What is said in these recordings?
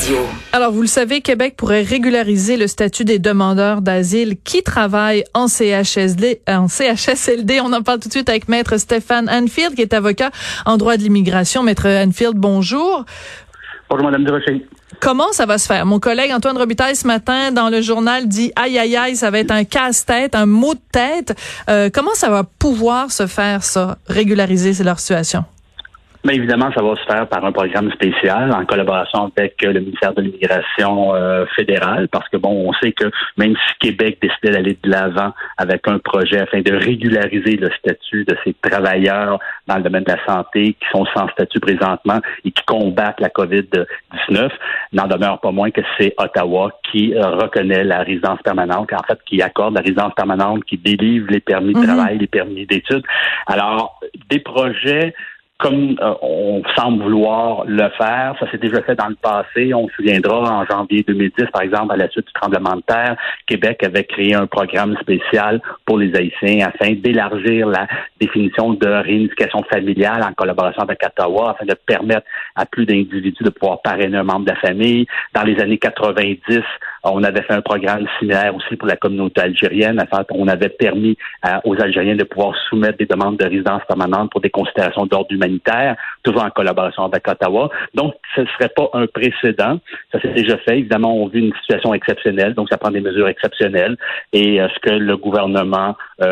Radio. Alors, vous le savez, Québec pourrait régulariser le statut des demandeurs d'asile qui travaillent en CHSLD. On en parle tout de suite avec Maître Stéphane Anfield, qui est avocat en droit de l'immigration. Maître Anfield, bonjour. Bonjour, Mme Durocher. Comment ça va se faire? Mon collègue Antoine Robitaille, ce matin, dans le journal, dit « Aïe, aïe, aïe, ça va être un casse-tête, un mot de tête ». Comment ça va pouvoir se faire, ça, régulariser leur situation? Bien évidemment, ça va se faire par un programme spécial en collaboration avec le ministère de l'Immigration fédéral, parce que on sait que même si Québec décidait d'aller de l'avant avec un projet afin de régulariser le statut de ces travailleurs dans le domaine de la santé qui sont sans statut présentement et qui combattent la COVID-19, n'en demeure pas moins que c'est Ottawa qui reconnaît la résidence permanente, en fait, qui accorde la résidence permanente, qui délivre les permis de travail, les permis d'études. Alors, des projets comme on semble vouloir le faire, ça s'est déjà fait dans le passé. On se souviendra, en janvier 2010, par exemple, à la suite du tremblement de terre, Québec avait créé un programme spécial pour les Haïtiens afin d'élargir la définition de réunification familiale en collaboration avec Ottawa, afin de permettre à plus d'individus de pouvoir parrainer un membre de la famille. Dans les années 90, on avait fait un programme similaire aussi pour la communauté algérienne. On avait permis aux Algériens de pouvoir soumettre des demandes de résidence permanente pour des considérations d'ordre humanitaire, toujours en collaboration avec Ottawa. Donc, ce ne serait pas un précédent. Ça s'est déjà fait. Évidemment, on vit une situation exceptionnelle, donc ça prend des mesures exceptionnelles. Et ce que le gouvernement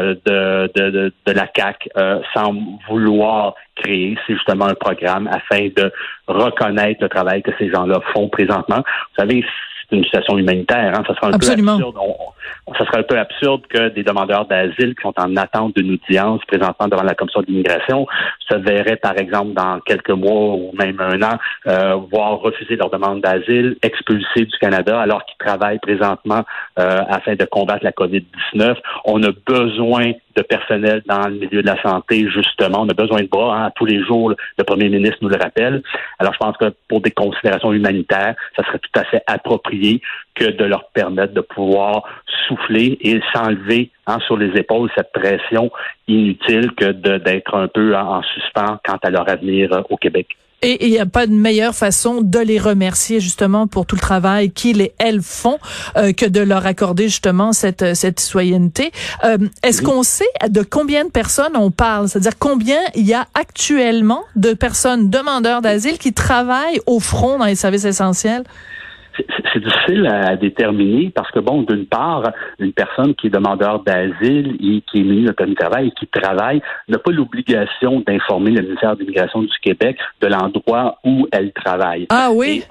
de la CAQ semble vouloir créer, c'est justement un programme afin de reconnaître le travail que ces gens-là font présentement. Vous savez, c'est une situation humanitaire. Ça serait un peu absurde. Ça serait un peu absurde que des demandeurs d'asile qui sont en attente d'une audience présentement devant la Commission de l'immigration se verraient, par exemple, dans quelques mois ou même un an, voir refuser leur demande d'asile, expulsés du Canada alors qu'ils travaillent présentement afin de combattre la COVID-19. On a besoin de personnel dans le milieu de la santé, justement. On a besoin de bras. Tous les jours, le premier ministre nous le rappelle. Alors, je pense que pour des considérations humanitaires, ça serait tout à fait approprié que de leur permettre de pouvoir souffler et s'enlever sur les épaules cette pression inutile que d'être un peu en suspens quant à leur avenir au Québec. Et il n'y a pas de meilleure façon de les remercier justement pour tout le travail qu'ils et elles font que de leur accorder justement cette citoyenneté. Est-ce qu'on sait de combien de personnes on parle? C'est-à-dire combien il y a actuellement de personnes demandeurs d'asile qui travaillent au front dans les services essentiels? C'est difficile à déterminer parce que, d'une part, une personne qui est demandeur d'asile et qui est munie de permis de travail et qui travaille n'a pas l'obligation d'informer le ministère de l'Immigration du Québec de l'endroit où elle travaille. Ah oui?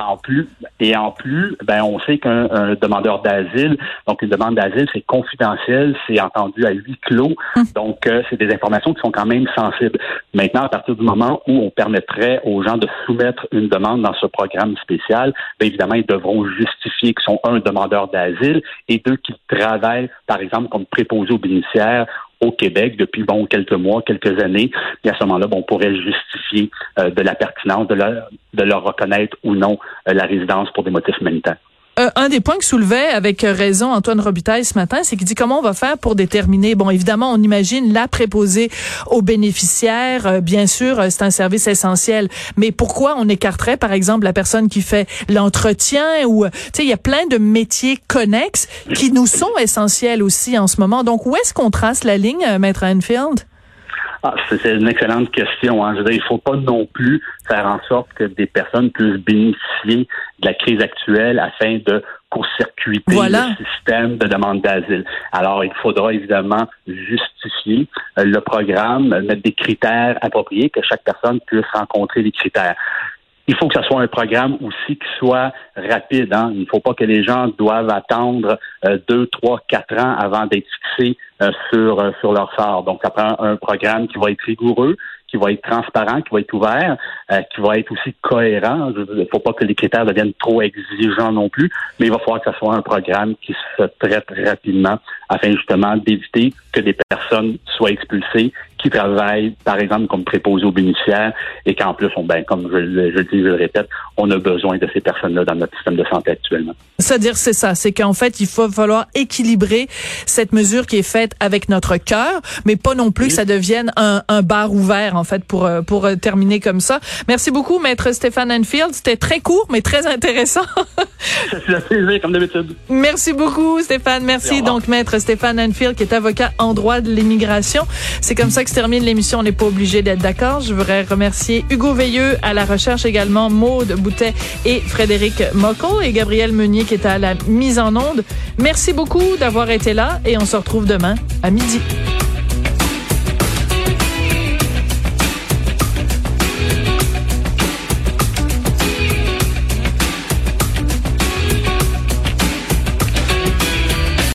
Et en plus, on sait qu'un demandeur d'asile, donc une demande d'asile, c'est confidentiel, c'est entendu à huis clos, donc c'est des informations qui sont quand même sensibles. Maintenant, à partir du moment où on permettrait aux gens de soumettre une demande dans ce programme spécial, évidemment, ils devront justifier qu'ils sont un demandeur d'asile et deux qui travaillent, par exemple, comme préposés aux bénéficiaires au Québec depuis quelques mois, quelques années. Et à ce moment-là, on pourrait justifier de la pertinence de leur reconnaître ou non la résidence pour des motifs humanitaires. Un des points que soulevait avec raison Antoine Robitaille ce matin, c'est qu'il dit comment on va faire pour déterminer. Évidemment, on imagine la préposée aux bénéficiaires. Bien sûr, c'est un service essentiel. Mais pourquoi on écarterait, par exemple, la personne qui fait l'entretien ou, il y a plein de métiers connexes qui nous sont essentiels aussi en ce moment. Donc, où est-ce qu'on trace la ligne, Maître Anfield? C'est une excellente question. Je veux dire, il ne faut pas non plus faire en sorte que des personnes puissent bénéficier de la crise actuelle afin de court-circuiter le système de demande d'asile. Alors, il faudra évidemment justifier le programme, mettre des critères appropriés, que chaque personne puisse rencontrer les critères. Il faut que ce soit un programme aussi qui soit rapide. Il ne faut pas que les gens doivent attendre 2, 3, 4 ans avant d'être fixés sur leur sort. Donc, ça prend un programme qui va être rigoureux, qui va être transparent, qui va être ouvert, qui va être aussi cohérent. Il ne faut pas que les critères deviennent trop exigeants non plus, mais il va falloir que ce soit un programme qui se traite rapidement afin justement d'éviter que des personnes soient expulsées, qui travaillent, par exemple, comme préposés aux bénéficiaires et qu'en plus, comme je le dis, je le répète, on a besoin de ces personnes-là dans notre système de santé actuellement. C'est-à-dire, c'est ça, c'est qu'en fait, il va falloir équilibrer cette mesure qui est faite avec notre cœur, mais pas non plus que ça devienne un bar ouvert, en fait, pour terminer comme ça. Merci beaucoup, Maître Stéphane Enfield. C'était très court, mais très intéressant. Ça fait un plaisir, comme d'habitude. Merci beaucoup, Stéphane. Merci. Donc, Maître Stéphane Enfield, qui est avocat en droit de l'immigration. C'est comme ça que se termine l'émission. On n'est pas obligé d'être d'accord. Je voudrais remercier Hugo Veilleux à la recherche, également Maude Boutet et Frédéric Mockel et Gabriel Meunier qui est à la mise en onde. Merci beaucoup d'avoir été là et on se retrouve demain à midi.